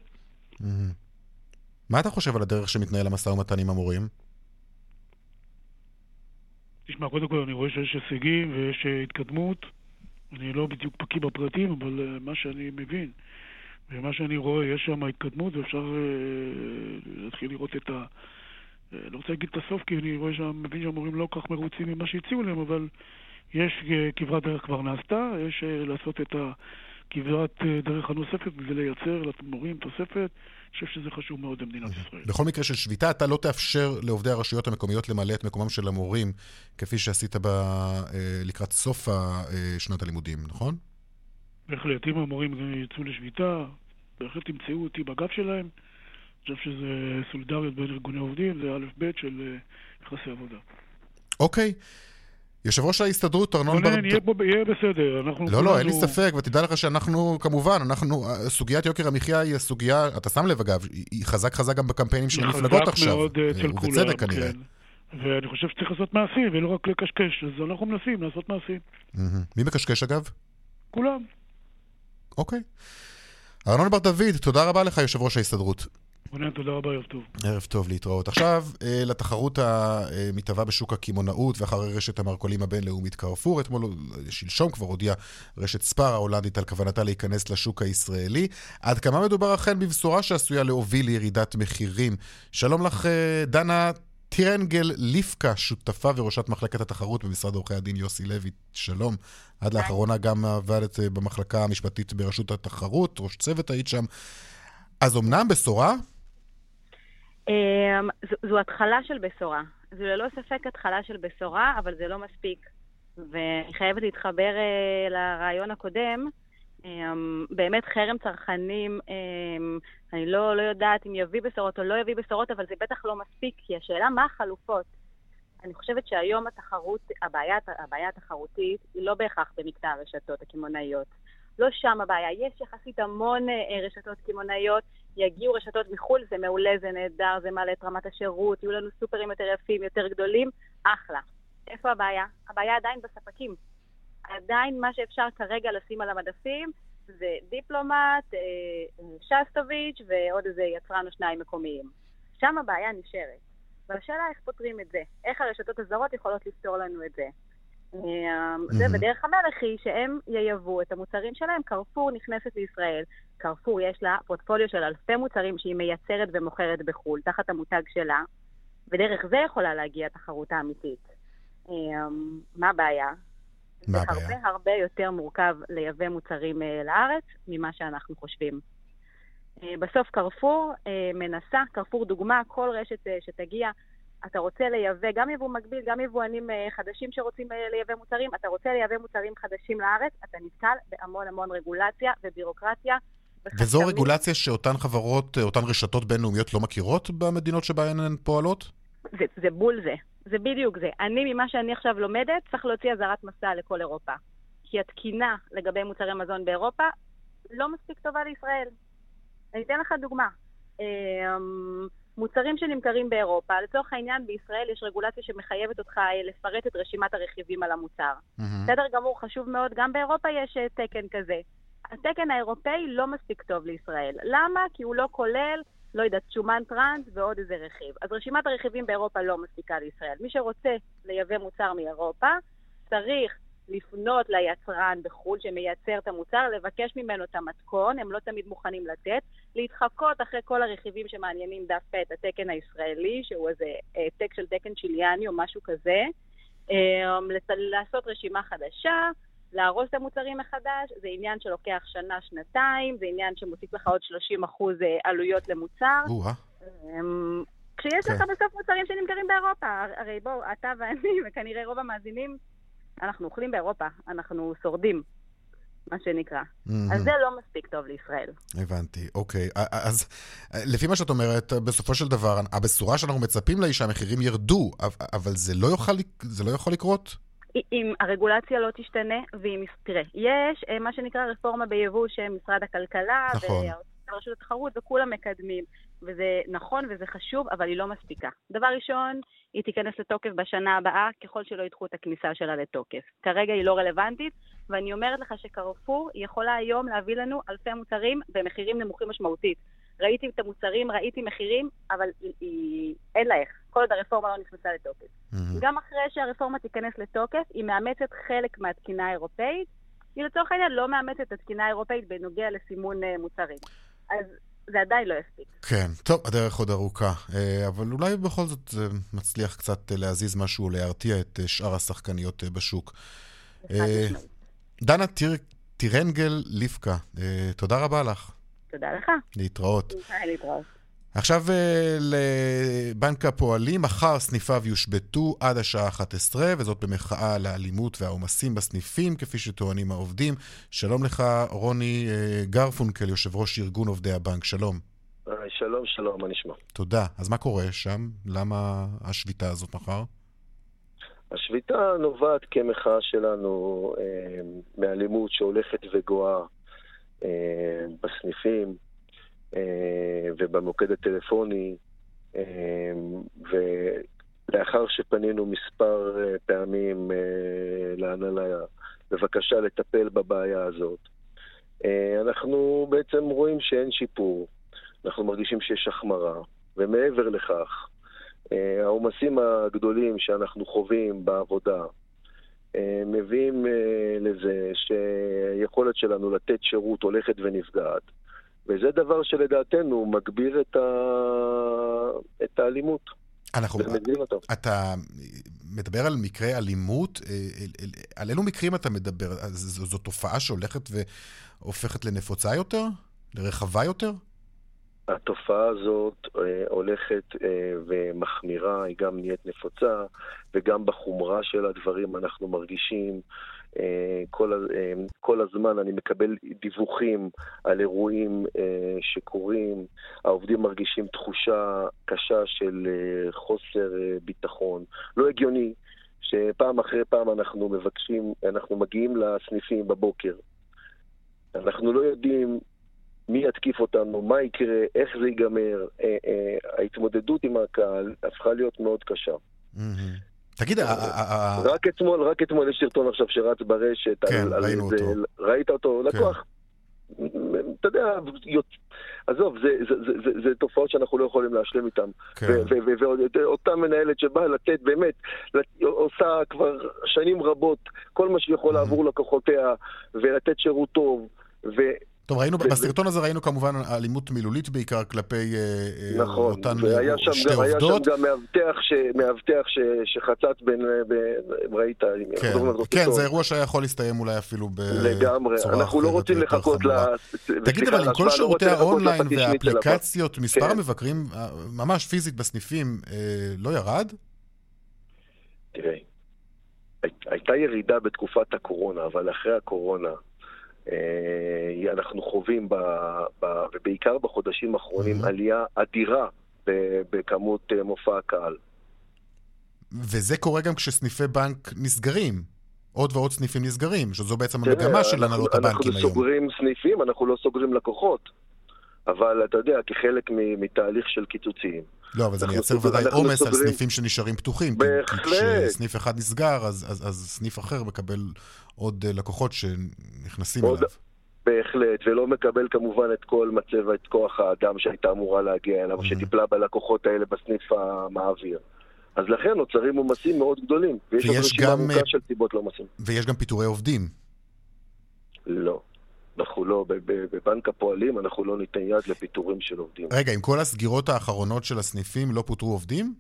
מה אתה חושב על הדרך שמתנהל המשא ומתן עם המורים? תשמע, קודם כל אני רואה שיש הישגים ויש התקדמות. אני לא בדיוק בקיא בפרטים, אבל מה שאני מבין ומה שאני רואה, יש שם התקדמות ואפשר להתחיל לראות את ה... לא רוצה להגיד את הסוף, כי אני רואה שם, מבין שהמורים לא כך מרוצים ממה שהציעו להם, אבל יש כברת דרך כבר נעשתה, יש לעשות את הכברת דרך הנוספת ולייצר למורים תוספת. אני חושב שזה חשוב מאוד במדינת ישראל. בכל מקרה של שביתה, אתה לא תאפשר לעובדי הרשויות המקומיות למלא את מקומם של המורים, כפי שעשית ב... לקראת סוף שנת הלימודים, נכון? בהחלט, אם המורים יצאו לשביתה, בהחלט תמצאו אותי בגב שלהם. אני חושב שזה סולידריות בין ארגוני עובדים, זה א' ב' של יחסי עבודה. אוקיי. יושב ראש ההסתדרות, ארנון בר... רונן, יהיה בסדר. לא, לא, אין לי ספק, ותדע לך שאנחנו, כמובן, אנחנו, סוגיית יוקר המחיה היא הסוגיה, אתה שם לב אגב, היא חזק חזק גם בקמפיינים של המפלגות עכשיו. ובצדק כנראה. ואני חושב שצריך לעשות מעשים, ולא רק לקשקש. אז אנחנו מנסים לעשות מעשים. מי מקשקש אגב? כולם. אוקיי. ארנון בר דוד, תודה רבה לך, יושב ראש ההסתדרות. רונן, תודה רבה, ערב טוב. ערב טוב, להתראות. עכשיו, לתחרות המתהווה בשוק הקמעונאות ואחרי רשת המרכולים הבינלאומית קרפור. אתמול, שלשום כבר הודיעה רשת ספאר ההולנדית על כוונתה להיכנס לשוק הישראלי. עד כמה מדובר אכן בבשורה שעשויה להוביל לירידת מחירים. שלום לך, דנה טירנגל ליפקה, שותפה וראשת מחלקת התחרות במשרד עורכי הדין יוסי לוי. שלום. עד לאחרונה גם עבדת במחלקה המשפטית ברשות התחרות, ראש צוות היית שם. אז אמנם בשורה? זו התחלה של בשורה. זו ללא ספק התחלה של בשורה, אבל זה לא מספיק. ואני חייבת להתחבר לרעיון הקודם. באמת חרם צרכנים, אני לא, לא יודעת אם יביא בשורות או לא יביא בשורות, אבל זה בטח לא מספיק, כי השאלה מה החלופות. אני חושבת שהיום התחרות, הבעיה, הבעיה התחרותית היא לא בהכרח במקטע הרשתות הקמעונאיות. לא שם הבעיה, יש יחסית המון רשתות קמעונאיות, יגיעו רשתות מחול, זה מעולה, זה נהדר, זה מעלה את רמת השירות, יהיו לנו סופרים יותר יפים, יותר גדולים, אחלה. איפה הבעיה? הבעיה עדיין בספקים. עדיין מה שאפשר כרגע לשים על המדפים זה דיפלומט, שסטוביץ' ועוד איזה יצרן או שניים מקומיים. שם הבעיה נשארת. והשאלה איך פותרים את זה? איך הרשתות הזרות יכולות לפתור לנו את זה? זה בדרך המלך היא שהם ייבאו את המוצרים שלהם. קרפור נכנסת לישראל. קרפור יש לה פורטפוליו של אלפי מוצרים שהיא מייצרת ומוכרת בחול, תחת המותג שלה, ודרך זה יכולה להגיע תחרות האמיתית. מה הבעיה? זה הרבה הרבה יותר מורכב לייבא מוצרים לארץ ממה שאנחנו חושבים. בסוף קרפור מנסה, קרפור דוגמה, כל רשת שתגיע, אתה רוצה לייבא, גם יבוא מקביל, גם יבואנים חדשים שרוצים לייבא מוצרים, אתה רוצה לייבא מוצרים חדשים לארץ, אתה נתקל בהמון המון רגולציה ובירוקרטיה. וזו רגולציה שאותן חברות, אותן רשתות בינלאומיות לא מכירות במדינות שבהן הן פועלות? זה, זה בול זה. זה בדיוק זה. אני, ממה שאני עכשיו לומדת, צריך להוציא אזהרת מסע לכל אירופה. כי התקינה לגבי מוצרי מזון באירופה לא מספיק טובה לישראל. אני אתן לך דוגמה. מוצרים שנמכרים באירופה, לצורך העניין בישראל יש רגולציה שמחייבת אותך לפרט את רשימת הרכיבים על המוצר. בסדר גמור, חשוב מאוד, גם באירופה יש תקן כזה. התקן האירופאי לא מספיק טוב לישראל. למה? כי הוא לא כולל, לא יודעת, שומן טרנס ועוד איזה רכיב. אז רשימת הרכיבים באירופה לא מספיקה לישראל. מי שרוצה לייבא מוצר מאירופה, צריך לפנות ליצרן בחול שמייצר את המוצר, לבקש ממנו את המתכון, הם לא תמיד מוכנים לתת, להתחקות אחרי כל הרכיבים שמעניינים דווקא את התקן הישראלי, שהוא איזה העתק של תקן צ'יליאני או משהו כזה, לעשות רשימה חדשה, להרוס את המוצרים מחדש, זה עניין שלוקח שנה, שנתיים, זה עניין שמוסיף לך עוד שלושים אחוז עלויות למוצר. כשיש לך בסוף מוצרים שנמכרים באירופה, הרי בואו, אתה ואני, וכנראה רוב המאזינים, אנחנו אוכלים באירופה, אנחנו שורדים, מה שנקרא. אז זה לא מספיק טוב לישראל. הבנתי, אוקיי. אז לפי מה שאת אומרת, בסופו של דבר, הבשורה שאנחנו מצפים לה היא שהמחירים ירדו, אבל זה לא יכול לקרות? אם הרגולציה לא תשתנה, ואם, תראה, יש מה שנקרא רפורמה ביבוא שמשרד הכלכלה ורשות התחרות וכולם מקדמים, וזה נכון וזה חשוב, אבל היא לא מספיקה. דבר ראשון, היא תיכנס לתוקף בשנה הבאה, ככל שלא ידחו את הכניסה שלה לתוקף. כרגע היא לא רלוונטית, ואני אומרת לך שקרפור יכולה היום להביא לנו אלפי מוצרים במחירים נמוכים משמעותית. ראיתי את המוצרים, ראיתי מחירים, אבל היא, היא, אין לה איך. כל עוד הרפורמה לא נכנסה לתוקף. Mm-hmm. גם אחרי שהרפורמה תיכנס לתוקף, היא מאמצת חלק מהתקינה האירופאית, היא לצורך העניין לא מאמצת את התקינה האירופאית בנוגע לסימון מוצרים. אז זה עדיין לא יספיק. כן, טוב, הדרך עוד ארוכה. אבל אולי בכל זאת זה מצליח קצת להזיז משהו, להרתיע את שאר השחקניות בשוק. דנה טירנגל ליפקה, תודה רבה לך. תודה לך. להתראות. להתראות. עכשיו לבנק הפועלים, מחר סניפיו יושבתו עד השעה אחת עשרה, וזאת במחאה לאלימות והעומסים בסניפים, כפי שטוענים העובדים. שלום לך, רוני גרפונקל, יושב ראש ארגון עובדי הבנק. שלום. שלום, שלום, מה נשמע? תודה. אז מה קורה שם? למה השביתה הזאת מחר? השביתה נובעת כמחאה שלנו אה, מאלימות שהולכת וגואה אה, בסניפים אה, ובמוקד הטלפוני, אה, ולאחר שפנינו מספר אה, פעמים אה, להנהלה בבקשה לטפל בבעיה הזאת, אה, אנחנו בעצם רואים שאין שיפור, אנחנו מרגישים שיש החמרה, ומעבר לכך, העומסים הגדולים שאנחנו חווים בעבודה מביאים לזה שיכולת שלנו לתת שירות הולכת ונפגעת, וזה דבר שלדעתנו מגביר את, ה... את האלימות. אנחנו... אתה מדבר על מקרי אלימות, על אילו מקרים אתה מדבר? זו, זו תופעה שהולכת והופכת לנפוצה יותר? לרחבה יותר? התופעה הזאת אה, הולכת אה, ומחמירה, היא גם נהיית נפוצה, וגם בחומרה של הדברים אנחנו מרגישים. אה, כל, אה, כל הזמן אני מקבל דיווחים על אירועים אה, שקורים, העובדים מרגישים תחושה קשה של אה, חוסר אה, ביטחון. לא הגיוני שפעם אחרי פעם אנחנו מבקשים, אנחנו מגיעים לסניפים בבוקר. אנחנו לא יודעים מי יתקיף אותנו, מה יקרה, איך זה ייגמר. אה, אה, ההתמודדות עם הקהל הפכה להיות מאוד קשה. תגיד, רק אתמול, רק אתמול יש סרטון עכשיו שרץ ברשת. כן, ראינו אותו. ראית אותו? לקוח. אתה יודע, עזוב, זה תופעות שאנחנו לא יכולים להשלים איתם. ואותה מנהלת שבאה לתת, באמת, עושה כבר שנים רבות כל מה שיכול לעבור לקוחותיה ולתת שירות טוב, ו... טוב, ראינו, בסרטון הזה ראינו כמובן אלימות מילולית בעיקר כלפי נכון, אותן שתי עובדות. היה שם גם מאבטח, ש, מאבטח ש, שחצת בין, ראית, כן, כן, זה אירוע שהיה יכול להסתיים אולי אפילו בצורה לגמרי, אנחנו לא רוצים לחכות ל... תגיד, אבל עם כל שירותי האונליין והאפליקציות, מספר המבקרים ממש פיזית בסניפים לא ירד? תראה, הייתה ירידה בתקופת הקורונה, אבל אחרי הקורונה אנחנו חווים ב, ב, ובעיקר בחודשים האחרונים mm-hmm. עלייה אדירה בכמות מופע הקהל. וזה קורה גם כשסניפי בנק נסגרים, עוד ועוד סניפים נסגרים, שזו בעצם המגמה של הנהלות הבנקים היום. אנחנו סוגרים סניפים, אנחנו לא סוגרים לקוחות, אבל אתה יודע, כחלק מתהליך של קיצוצים. לא, אבל זה מייצר ודאי עומס על סניפים שנשארים פתוחים, כי כשסניף אחד נסגר, אז סניף אחר מקבל עוד לקוחות שנכנסים אליו. בהחלט, ולא מקבל כמובן את כל מצב, את כוח האדם שהייתה אמורה להגיע אליו, שטיפלה בלקוחות האלה בסניף המעביר. אז לכן נוצרים עומסים מאוד גדולים, ויש רשימה ארוכה של סיבות לעומסים. ויש גם פיטורי עובדים. לא. אנחנו לא, בבנק הפועלים אנחנו לא ניתן יד לפיטורים של עובדים. רגע, עם כל הסגירות האחרונות של הסניפים לא פוטרו עובדים?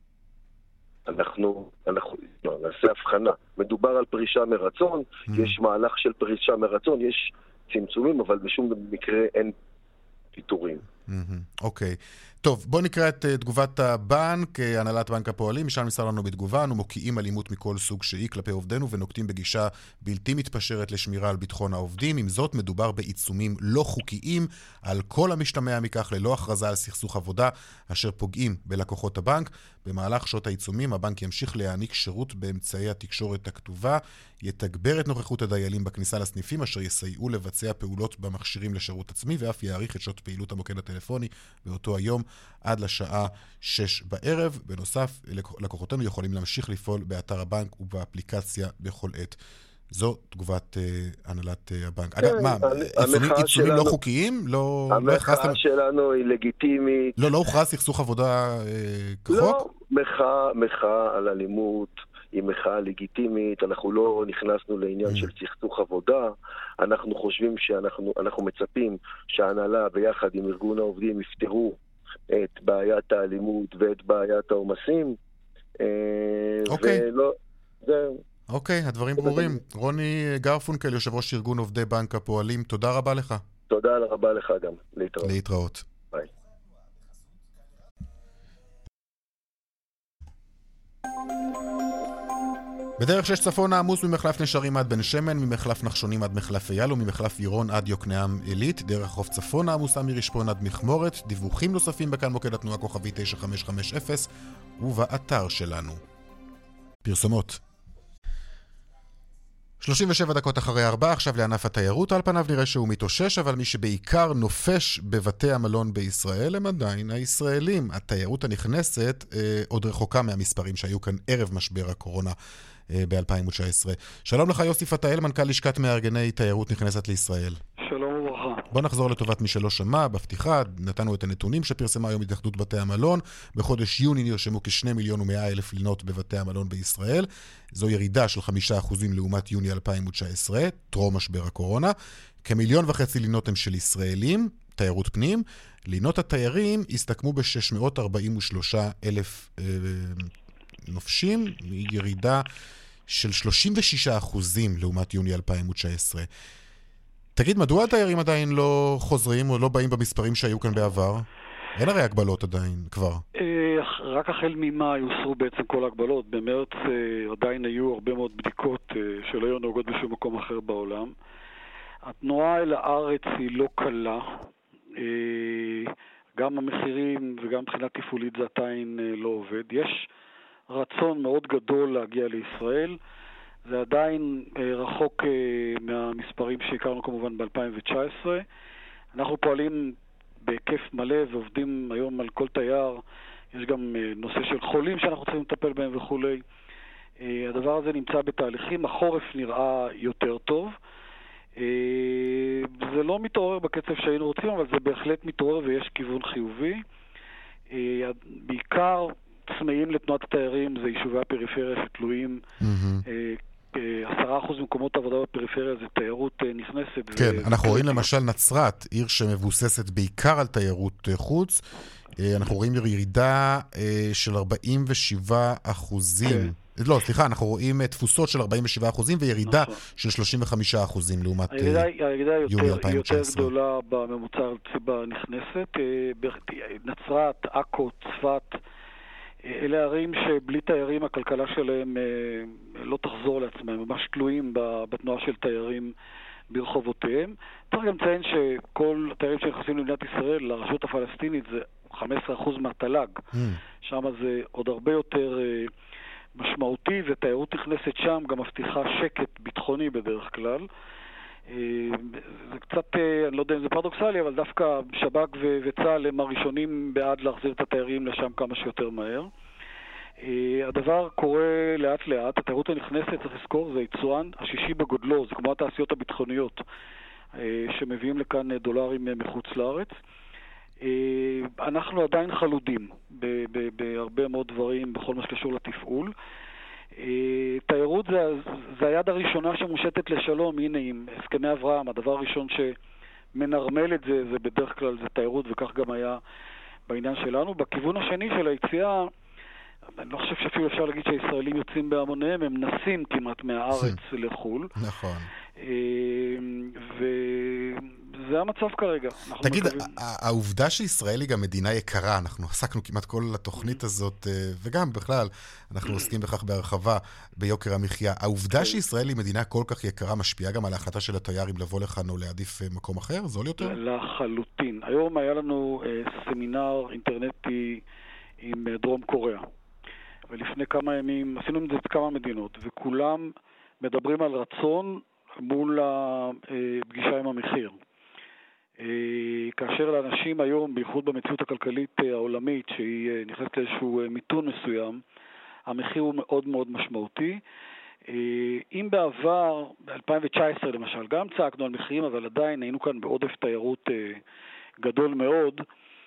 אנחנו, אנחנו, לא, נעשה הבחנה. מדובר על פרישה מרצון, mm-hmm. יש מהלך של פרישה מרצון, יש צמצומים, אבל בשום מקרה אין פיטורים. אוקיי. טוב, בוא נקרא את תגובת הבנק, הנהלת בנק הפועלים. משם נמסר לנו בתגובה, אנו מוקיעים אלימות מכל סוג שהיא כלפי עובדינו ונוקטים בגישה בלתי מתפשרת לשמירה על ביטחון העובדים. עם זאת, מדובר בעיצומים לא חוקיים על כל המשתמע מכך ללא הכרזה על סכסוך עבודה, אשר פוגעים בלקוחות הבנק. במהלך שעות העיצומים, הבנק ימשיך להעניק שירות באמצעי התקשורת הכתובה, יתגבר את נוכחות הדיילים בכניסה לסניפים, אשר יסייעו לבצע פעולות במכשירים לשירות עצמי, ואף יאריך את שעות פעילות המוקד הטלפוני באותו היום עד לשעה שש בערב. בנוסף, לקוחותינו יכולים להמשיך לפעול באתר הבנק ובאפליקציה בכל עת. זו תגובת uh, הנהלת uh, הבנק. כן, אגב, מה, עיצומים, עיצומים לא חוקיים? לא, המחאה לא שלנו היא לגיטימית. לא, לא הוכרז סכסוך עבודה uh, כחוק? לא, מחאה, מחאה על אלימות היא מחאה לגיטימית. אנחנו לא נכנסנו לעניין mm. של סכסוך עבודה. אנחנו חושבים שאנחנו אנחנו מצפים שההנהלה ביחד עם ארגון העובדים יפתרו את בעיית האלימות ואת בעיית העומסים. אוקיי. ולא, זה... אוקיי, הדברים ברורים. רוני גרפונקל, יושב ראש ארגון עובדי בנק הפועלים, תודה רבה לך. תודה רבה לך גם. להתראות. להתראות. ביי. בדרך שש צפון העמוס ממחלף נשרים עד בן שמן, ממחלף נחשונים עד מחלף אייל וממחלף עירון עד יוקנעם עילית. דרך חוף צפון העמוסה מרשפון עד מכמורת. דיווחים נוספים בכאן מוקד התנועה כוכבי תשע חמש חמש אפס ובאתר שלנו. פרסומות. שלושים ושבע דקות אחרי ארבע, עכשיו לענף התיירות. על פניו נראה שהוא מתאושש, אבל מי שבעיקר נופש בבתי המלון בישראל הם עדיין הישראלים. התיירות הנכנסת אה, עוד רחוקה מהמספרים שהיו כאן ערב משבר הקורונה אה, ב-אלפיים תשע עשרה. שלום לך יוסי פתאל, מנכ"ל לשכת מארגני תיירות נכנסת לישראל. שלום וברכה. בוא נחזור לטובת מי שלא שמע. בפתיחה נתנו את הנתונים שפרסמה היום התאחדות בתי המלון. בחודש יוני נרשמו כשני מיליון ומאה אלף לינות בבתי המלון בישראל. זו ירידה של חמישה אחוזים לעומת יוני אלפיים תשע עשרה, טרום משבר הקורונה. כמיליון וחצי לינות הם של ישראלים, תיירות פנים. לינות התיירים הסתכמו ב-שש מאות ארבעים ושלושה אלף אה, נופשים, ירידה של שלושים ושישה אחוזים לעומת יוני אלפיים תשע עשרה. תגיד, מדוע התיירים עדיין לא חוזרים או לא באים במספרים שהיו כאן בעבר? אין הרי הגבלות עדיין כבר. רק החל ממאי הוסרו בעצם כל הגבלות. במרץ עדיין היו הרבה מאוד בדיקות שלא היו נהוגות בשום מקום אחר בעולם. התנועה אל הארץ היא לא קלה. גם המחירים וגם מבחינה תפעולית זה עדיין לא עובד. יש רצון מאוד גדול להגיע לישראל. זה עדיין רחוק מהמספרים שהכרנו כמובן ב-אלפיים תשע עשרה. אנחנו פועלים בהיקף מלא ועובדים היום על כל תייר. יש גם נושא של חולים שאנחנו צריכים לטפל בהם וכו'. הדבר הזה נמצא בתהליכים. החורף נראה יותר טוב. זה לא מתעורר בקצב שהיינו רוצים, אבל זה בהחלט מתעורר ויש כיוון חיובי. בעיקר צמאים לתנועת התיירים זה יישובי הפריפריה שתלויים. עשרה אחוז ממקומות העבודה בפריפריה זה תיירות נכנסת. כן, אנחנו רואים למשל נצרת, עיר שמבוססת בעיקר על תיירות חוץ. אנחנו רואים ירידה של ארבעים ושבעה אחוזים. לא, סליחה, אנחנו רואים תפוסות של ארבעים ושבעה אחוזים וירידה של שלושים וחמישה אחוזים לעומת יוני אלפיים תשע עשרה. הירידה היא יותר גדולה בממוצע נכנסת. נצרת, עכו, צפת, אלה ערים שבלי תיירים הכלכלה שלהם לא תחזור לעצמם, ממש תלויים בתנועה של תיירים ברחובותיהם. צריך גם לציין שכל התיירים שנכנסים למדינת ישראל, לרשות הפלסטינית, זה חמישה עשר אחוז מהתל"ג. Mm. שם זה עוד הרבה יותר משמעותי, ותיירות נכנסת שם גם מבטיחה שקט ביטחוני בדרך כלל. זה קצת, אני לא יודע אם זה פרדוקסלי, אבל דווקא שב"כ וצה"ל הם הראשונים בעד להחזיר את התיירים לשם כמה שיותר מהר. הדבר קורה לאט לאט. התיירות הנכנסת, צריך לזכור, זה יצואן השישי בגודלו, זה כמו התעשיות הביטחוניות שמביאים לכאן דולרים מחוץ לארץ. אנחנו עדיין חלודים בהרבה מאוד דברים בכל מה שקשור לתפעול. תיירות זה, זה היד הראשונה שמושטת לשלום. הנה עם הסכמי אברהם, הדבר הראשון שמנרמל את זה, זה בדרך כלל זה תיירות, וכך גם היה בעניין שלנו. בכיוון השני של היציאה, אני לא חושב שאפילו אפשר להגיד שהישראלים יוצאים בהמוניהם, הם נסים כמעט מהארץ לחול. נכון. וזה המצב כרגע. תגיד, העובדה שישראל היא גם מדינה יקרה, אנחנו עסקנו כמעט כל התוכנית הזאת, וגם בכלל, אנחנו עוסקים בכך בהרחבה ביוקר המחיה. העובדה שישראל היא מדינה כל כך יקרה משפיעה גם על ההחלטה של התיירים לבוא לכאן או להעדיף מקום אחר? זול יותר? לחלוטין. היום היה לנו סמינר אינטרנטי עם דרום קוריאה. ולפני כמה ימים עשינו את זה כמה מדינות, וכולם מדברים על רצון מול הפגישה עם המחיר. כאשר לאנשים היום, בייחוד במציאות הכלכלית העולמית, שהיא נכנסת לאיזשהו מיתון מסוים, המחיר הוא מאוד מאוד משמעותי. אם בעבר, ב-אלפיים תשע עשרה למשל, גם צעקנו על מחירים, אבל עדיין היינו כאן בעודף תיירות גדול מאוד,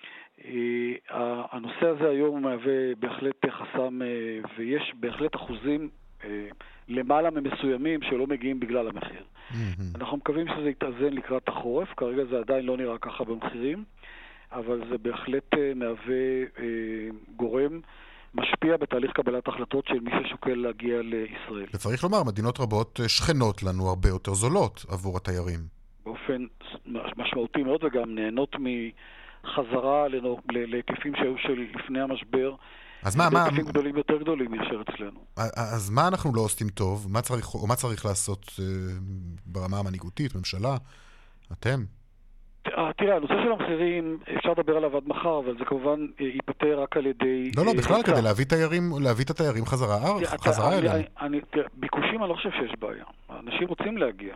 הנושא הזה היום מהווה בהחלט חסם, ויש בהחלט אחוזים למעלה ממסוימים שלא מגיעים בגלל המחיר. אנחנו מקווים שזה יתאזן לקראת החורף, כרגע זה עדיין לא נראה ככה במחירים, אבל זה בהחלט מהווה גורם משפיע בתהליך קבלת החלטות של מי ששוקל להגיע לישראל. וצריך לומר, מדינות רבות שכנות לנו הרבה יותר זולות עבור התיירים. באופן משמעותי מאוד, וגם נהנות מחזרה להיקפים שהיו של לפני המשבר. אז מה, מה... היקפים גדולים יותר גדולים ישר אצלנו. אז מה אנחנו לא עושים טוב? מה צריך, או מה צריך לעשות ברמה המנהיגותית, ממשלה? אתם? תראה, הנושא של המחירים, אפשר לדבר עליו עד מחר, אבל זה כמובן ייפתר רק על ידי... לא, לא, בכלל כדי להביא תיירים, להביא את התיירים חזרה אליהם. ביקושים אני לא חושב שיש בעיה. אנשים רוצים להגיע.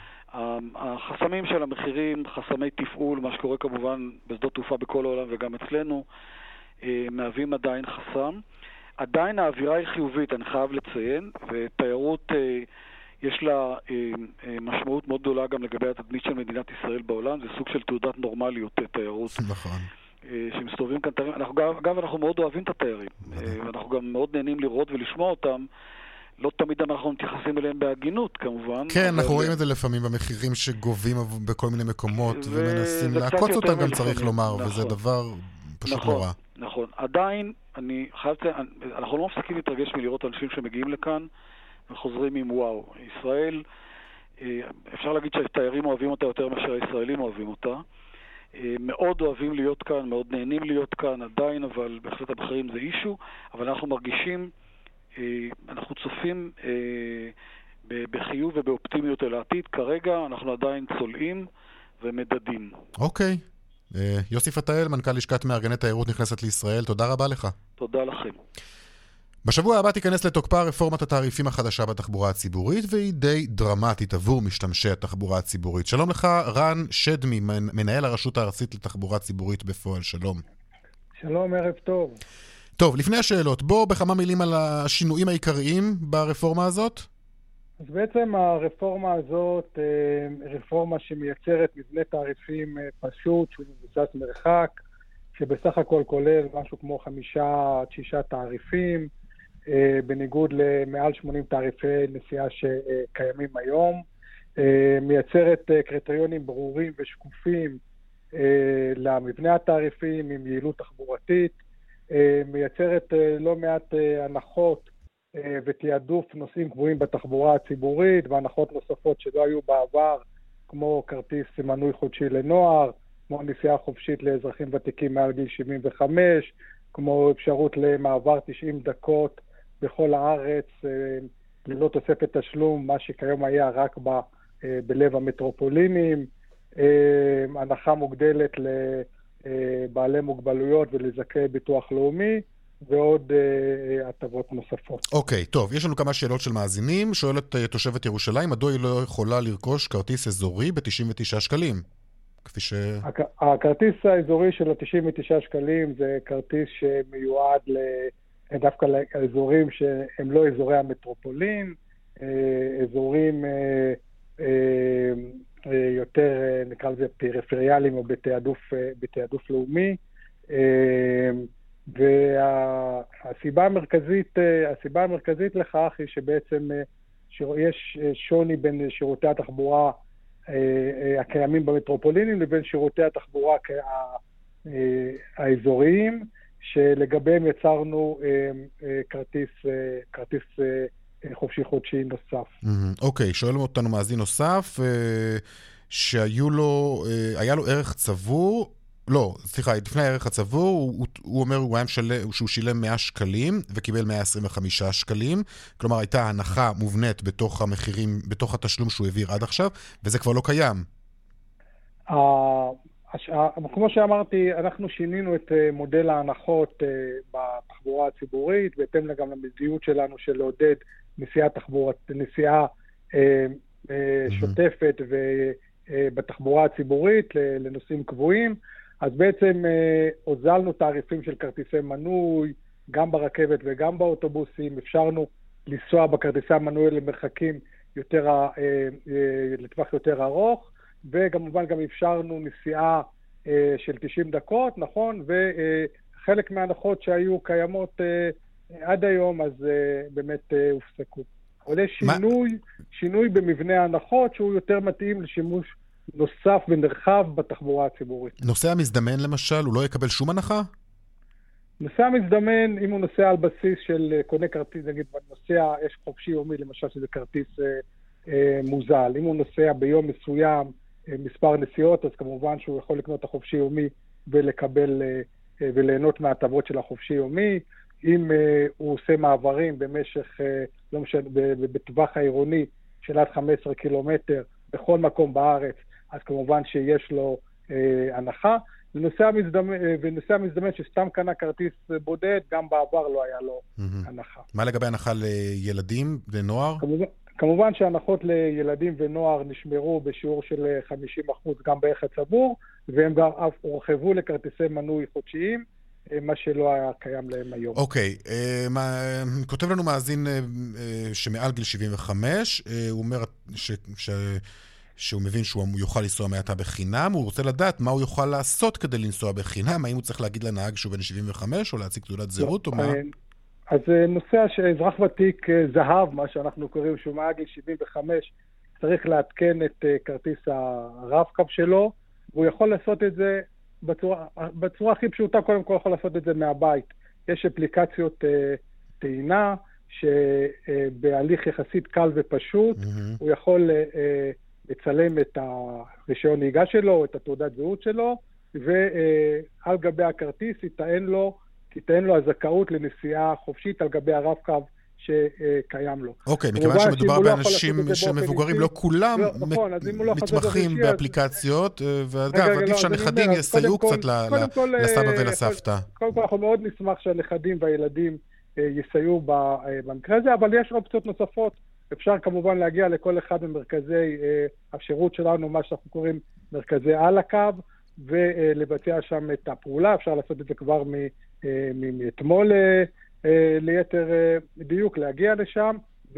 החסמים של המחירים, חסמי תפעול, מה שקורה כמובן בשדות תעופה בכל העולם וגם אצלנו, מהווים עדיין חסם. עדיין האווירה היא חיובית, אני חייב לציין, ותיירות... יש לה אה, אה, משמעות מאוד גדולה גם לגבי התדמית של מדינת ישראל בעולם, זה סוג של תעודת נורמליות תיירות. נכון. אה, שמסתובבים כאן תיירים. אנחנו גם, גם אנחנו מאוד אוהבים את התיירים. אה, אנחנו גם מאוד נהנים לראות ולשמוע אותם. לא תמיד אנחנו מתייחסים אליהם בהגינות, כמובן. כן, אבל... אנחנו רואים את זה לפעמים במחירים שגובים בכל מיני מקומות, ו... ומנסים לעקוץ אותם גם צריך לומר, נכון. וזה דבר פשוט נכון, נורא. נכון. עדיין, אני חייב... אנחנו לא מפסיקים להתרגש מלראות אנשים שמגיעים לכאן, וחוזרים עם וואו. ישראל, אפשר להגיד שהתיירים אוהבים אותה יותר מאשר הישראלים אוהבים אותה. מאוד אוהבים להיות כאן, מאוד נהנים להיות כאן עדיין, אבל בהחלט המחירים זה אישו, אבל אנחנו מרגישים, אנחנו צופים בחיוב ובאופטימיות אל העתיד. כרגע אנחנו עדיין צולעים ומדדים. אוקיי. יוסי פתאל, מנכ"ל לשכת מארגני תיירות נכנסת לישראל, תודה רבה לך. תודה לכם. בשבוע הבא תיכנס לתוקפה רפורמת התעריפים החדשה בתחבורה הציבורית, והיא די דרמטית עבור משתמשי התחבורה הציבורית. שלום לך, רן שדמי, מנהל הרשות הארצית לתחבורה ציבורית בפועל. שלום. שלום, ערב טוב. טוב, לפני השאלות, בוא בכמה מילים על השינויים העיקריים ברפורמה הזאת. אז בעצם הרפורמה הזאת, רפורמה שמייצרת מבנה תעריפים פשוט, שהוא מבוסס מרחק, שבסך הכל כולל משהו כמו חמישה עד שישה תעריפים, בניגוד למעל שמונים תעריפי נסיעה שקיימים היום, מייצרת קריטריונים ברורים ושקופים למבנה התעריפים עם יעילות תחבורתית, מייצרת לא מעט הנחות ותיעדוף נושאים קבועים בתחבורה הציבורית, והנחות נוספות שלא היו בעבר, כמו כרטיס מנוי חודשי לנוער, כמו נסיעה חופשית לאזרחים ותיקים מעל גיל שבעים וחמש, כמו אפשרות למעבר תשעים דקות בכל הארץ, ללא תוספת תשלום, מה שכיום היה רק ב, בלב המטרופולינים, הנחה מוגדלת לבעלי מוגבלויות ולזכאי ביטוח לאומי, ועוד הטבות נוספות. אוקיי, טוב, יש לנו כמה שאלות של מאזינים. שואלת תושבת ירושלים, מדוע היא לא יכולה לרכוש כרטיס אזורי ב-תשעים ותשעה שקלים? כפי ש... הכרטיס האזורי של ה-תשעים ותשעה שקלים זה כרטיס שמיועד דווקא לאזורים שהם לא אזורי המטרופולין, אזורים יותר, נקרא לזה, פריפריאליים או בתיעדוף, בתיעדוף לאומי. והסיבה המרכזית, הסיבה המרכזית לכך היא שבעצם יש שוני בין שירותי התחבורה הקיימים במטרופולינים לבין שירותי התחבורה האזוריים, שלגביהם יצרנו כרטיס, כרטיס חופשי חודשי נוסף. אוקיי, שואל אותנו מאזין נוסף, שהיו לו, היה לו ערך צבור, לא, סליחה, לפני הערך הצבור, הוא, הוא אומר הוא היה משל, שהוא שילם מאה שקלים וקיבל מאה עשרים וחמישה שקלים, כלומר הייתה הנחה מובנית בתוך המחירים, בתוך התשלום שהוא העביר עד עכשיו, וזה כבר לא קיים. כמו שאמרתי, אנחנו שינינו את מודל ההנחות בתחבורה הציבורית, בהתאם גם למדיניות שלנו של לעודד נסיעה תחבורת, נסיעה שוטפת ובתחבורה הציבורית לנושאים קבועים. אז בעצם אה, הוזלנו תעריפים של כרטיסי מנוי, גם ברכבת וגם באוטובוסים, אפשרנו לנסוע בכרטיסי המנוי למרחקים יותר, אה, אה, לטווח יותר ארוך, וכמובן גם אפשרנו נסיעה אה, של תשעים דקות, נכון, וחלק אה, מההנחות שהיו קיימות אה, עד היום, אז אה, באמת אה, הופסקו. אבל יש שינוי, שינוי במבנה ההנחות שהוא יותר מתאים לשימוש נוסף ונרחב בתחבורה הציבורית. נוסע המזדמן למשל, הוא לא יקבל שום הנחה? נוסע המזדמן, אם הוא נוסע על בסיס של קונה כרטיס, נגיד נוסע, יש חופשי יומי למשל שזה כרטיס אה, אה, מוזל. אם הוא נוסע ביום מסוים אה, מספר נסיעות, אז כמובן שהוא יכול לקנות את החופשי יומי ולקבל אה, אה, וליהנות מההטבות של החופשי יומי. אם אה, הוא עושה מעברים במשך, אה, לא משנה, בטווח העירוני של עד חמישה עשר קילומטר בכל מקום בארץ, אז כמובן שיש לו אה, הנחה. ונושא המזדמן, ונושא המזדמן שסתם קנה כרטיס בודד, גם בעבר לא היה לו mm-hmm. הנחה. מה לגבי הנחה לילדים, לנוער? כמובן, כמובן שההנחות לילדים ונוער נשמרו בשיעור של חמישים אחוז גם בערך הצבור, והם גם אף הורחבו לכרטיסי מנוי חודשיים, מה שלא היה קיים להם היום. אוקיי, אה, מה, כותב לנו מאזין אה, שמעל גיל שבעים וחמש, אה, הוא אומר ש... ש... שהוא מבין שהוא יוכל לנסוע מעתה בחינם, הוא רוצה לדעת מה הוא יוכל לעשות כדי לנסוע בחינם, האם הוא צריך להגיד לנהג שהוא בן שבעים וחמש, או להציג תעודת זהות, או מה? אז נושא שאזרח ותיק זהב, מה שאנחנו קוראים שהוא מעל גיל שבעים וחמש, צריך לעדכן את כרטיס הרב-קו שלו, והוא יכול לעשות את זה בצורה, בצורה הכי פשוטה, קודם כל יכול לעשות את זה מהבית. יש אפליקציות טעינה, שבהליך יחסית קל ופשוט, mm-hmm. הוא יכול לצלם את הרישיון נהיגה שלו, את התעודת זהות שלו, ועל גבי הכרטיס יטען לו, תיתן לו הזכאות לנסיעה חופשית על גבי הרב-קו שקיים לו. אוקיי, מכיוון שמדובר באנשים שמבוגרים, לא כולם מתמחים באפליקציות, ואגב, עדיף שהנכדים יסייעו קצת לסבא ולסבתא. קודם כל, אנחנו מאוד נשמח שהנכדים והילדים יסייעו במקרה הזה, אבל יש אופציות נוספות. אפשר כמובן להגיע לכל אחד ממרכזי השירות שלנו, מה שאנחנו קוראים מרכזי על הקו, ולבצע שם את הפעולה. אפשר לעשות את זה כבר מאתמול ליתר דיוק, להגיע לשם,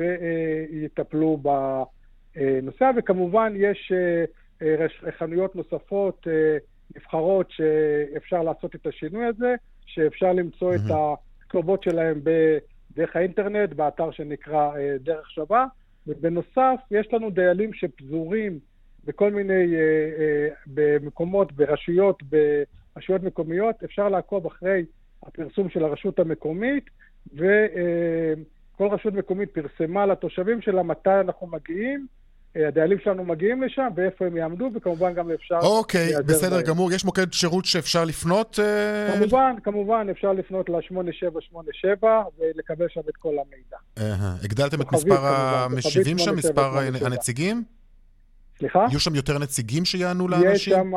ויטפלו בנושא. וכמובן יש חנויות נוספות נבחרות שאפשר לעשות את השינוי הזה, שאפשר למצוא את הכתובות שלהם בדרך האינטרנט, באתר שנקרא דרך שווה. ובנוסף, יש לנו דיילים שפזורים בכל מיני במקומות, ברשויות, ברשויות מקומיות. אפשר לעקוב אחרי הפרסום של הרשות המקומית, וכל רשות מקומית פרסמה לתושבים שלה מתי אנחנו מגיעים, הדיילים שלנו מגיעים לשם, ואיפה הם יעמדו, וכמובן גם אפשר... אוקיי, בסדר גמור. יש מוקד שירות שאפשר לפנות? כמובן, כמובן, אפשר לפנות ל-שמונה שבע שמונה שבע, ולקבל שם את כל המידע. הגדלתם את מספר המשיבים שם, מספר הנציגים? סליחה? יהיו שם יותר נציגים שיענו לאנשים? יש שם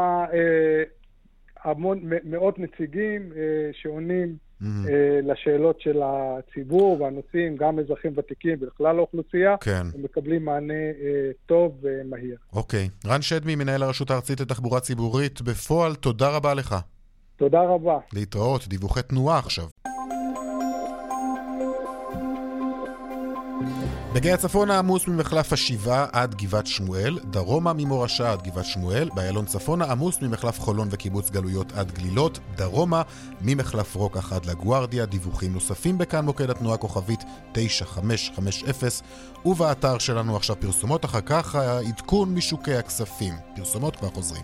המון, מאות נציגים שעונים mm-hmm. לשאלות של הציבור והנושאים, גם אזרחים ותיקים בכלל האוכלוסייה, כן. ומקבלים מענה טוב ומהיר. אוקיי. רן שדמי, מנהל הרשות הארצית לתחבורה ציבורית בפועל, תודה רבה לך. תודה רבה. להתראות, דיווחי תנועה עכשיו. בגיא הצפון העמוס ממחלף השבעה עד גבעת שמואל, דרומה ממורשה עד גבעת שמואל, באיילון צפון העמוס ממחלף חולון וקיבוץ גלויות עד גלילות, דרומה ממחלף רוקח עד לגוארדיה. דיווחים נוספים בכאן מוקד התנועה כוכבית תשע חמש חמש אפס, ובאתר שלנו עכשיו פרסומות, אחר כך העדכון משוקי הכספים. פרסומות כבר חוזרים.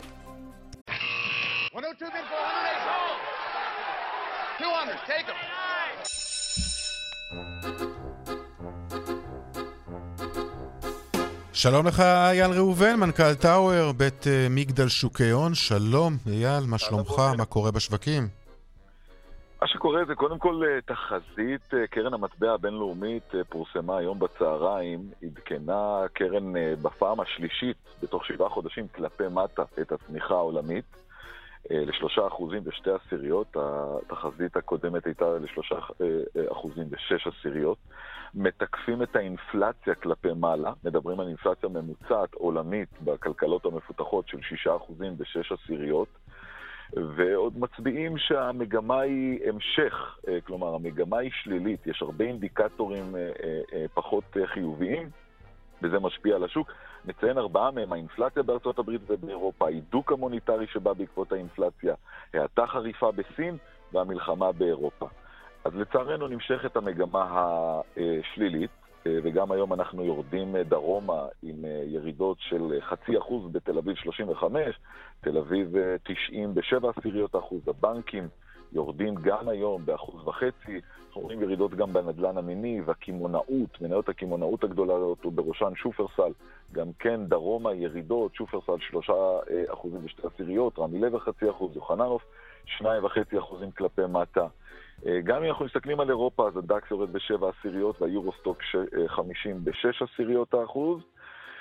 שלום לך אייל ראובן, מנכ"ל טאוור, בית מגדל שוקי הון. שלום אייל, מה שלומך? מה קורה בשווקים? מה שקורה זה קודם כל תחזית קרן המטבע הבינלאומית פורסמה היום בצהריים, עדכנה קרן בפעם השלישית בתוך שבעה חודשים כלפי מטה את הצמיחה העולמית לשלושה אחוזים ושתי עשיריות. התחזית הקודמת הייתה לשלושה אחוזים ושש עשיריות. מתקפים את האינפלציה כלפי מעלה, מדברים על אינפלציה ממוצעת עולמית בכלכלות המפותחות של שישה אחוזים ושש עשיריות, ועוד מצביעים שהמגמה היא המשך, כלומר המגמה היא שלילית, יש הרבה אינדיקטורים פחות חיוביים, וזה משפיע על השוק. נציין ארבעה מהם, האינפלציה בארצות הברית ובאירופה, העידוק המוניטרי שבא בעקבות האינפלציה, האטה חריפה בסין והמלחמה באירופה. אז לצערנו נמשכת המגמה השלילית, וגם היום אנחנו יורדים דרומה עם ירידות של חצי אחוז בתל אביב שלושים וחמש, תל אביב תשעים ושבע עשיריות אחוז. הבנקים יורדים גם היום באחוז וחצי, אנחנו רואים ירידות גם בנדלן המיני והכימונאות, מניות הכימונאות הגדולות ובראשן שופרסל, גם כן דרומה ירידות, שופרסל שלושה אחוזים ושתי עשיריות, רמי לוי חצי אחוז, יוחננוף שניים וחצי אחוזים כלפי מטה. גם אם אנחנו מסתכלים על אירופה, אז הדקס יורד בשבע עשיריות והיורוסטוק חמישים בשש עשיריות האחוז.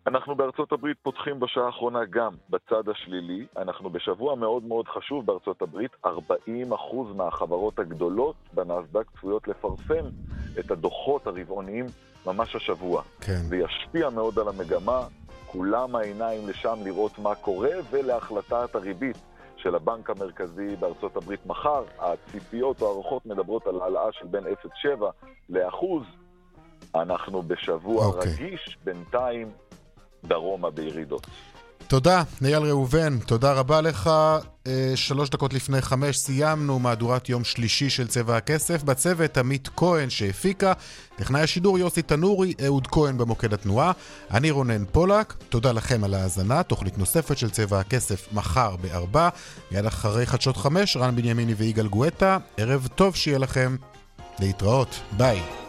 אנחנו בארצות הברית פותחים בשעה האחרונה גם בצד השלילי. אנחנו בשבוע מאוד מאוד חשוב בארצות הברית. ארבעים אחוז מהחברות הגדולות בנסדק צפויות לפרסם את הדוחות הרבעוניים ממש השבוע. כן. וישפיע מאוד על המגמה. כולם העיניים לשם לראות מה קורה ולהחלטת הריבית של הבנק המרכזי בארצות הברית מחר. הציפיות או הערכות מדברות על העלאה של בין אפס נקודה שבע לאחוז. אנחנו בשבוע אוקיי. רגיש, בינתיים דרומה בירידות. תודה, נייל ראובן, תודה רבה לך. שלוש דקות לפני חמש סיימנו מהדורת יום שלישי של צבע הכסף. בצוות עמית כהן שהפיקה, טכנאי השידור יוסי תנורי, אהוד כהן במוקד התנועה, אני רונן פולק. תודה לכם על ההאזנה. תוכנית נוספת של צבע הכסף מחר בארבע, מיד אחרי חדשות חמש, רן בנימיני ויגאל גואטה. ערב טוב שיהיה לכם, להתראות, ביי.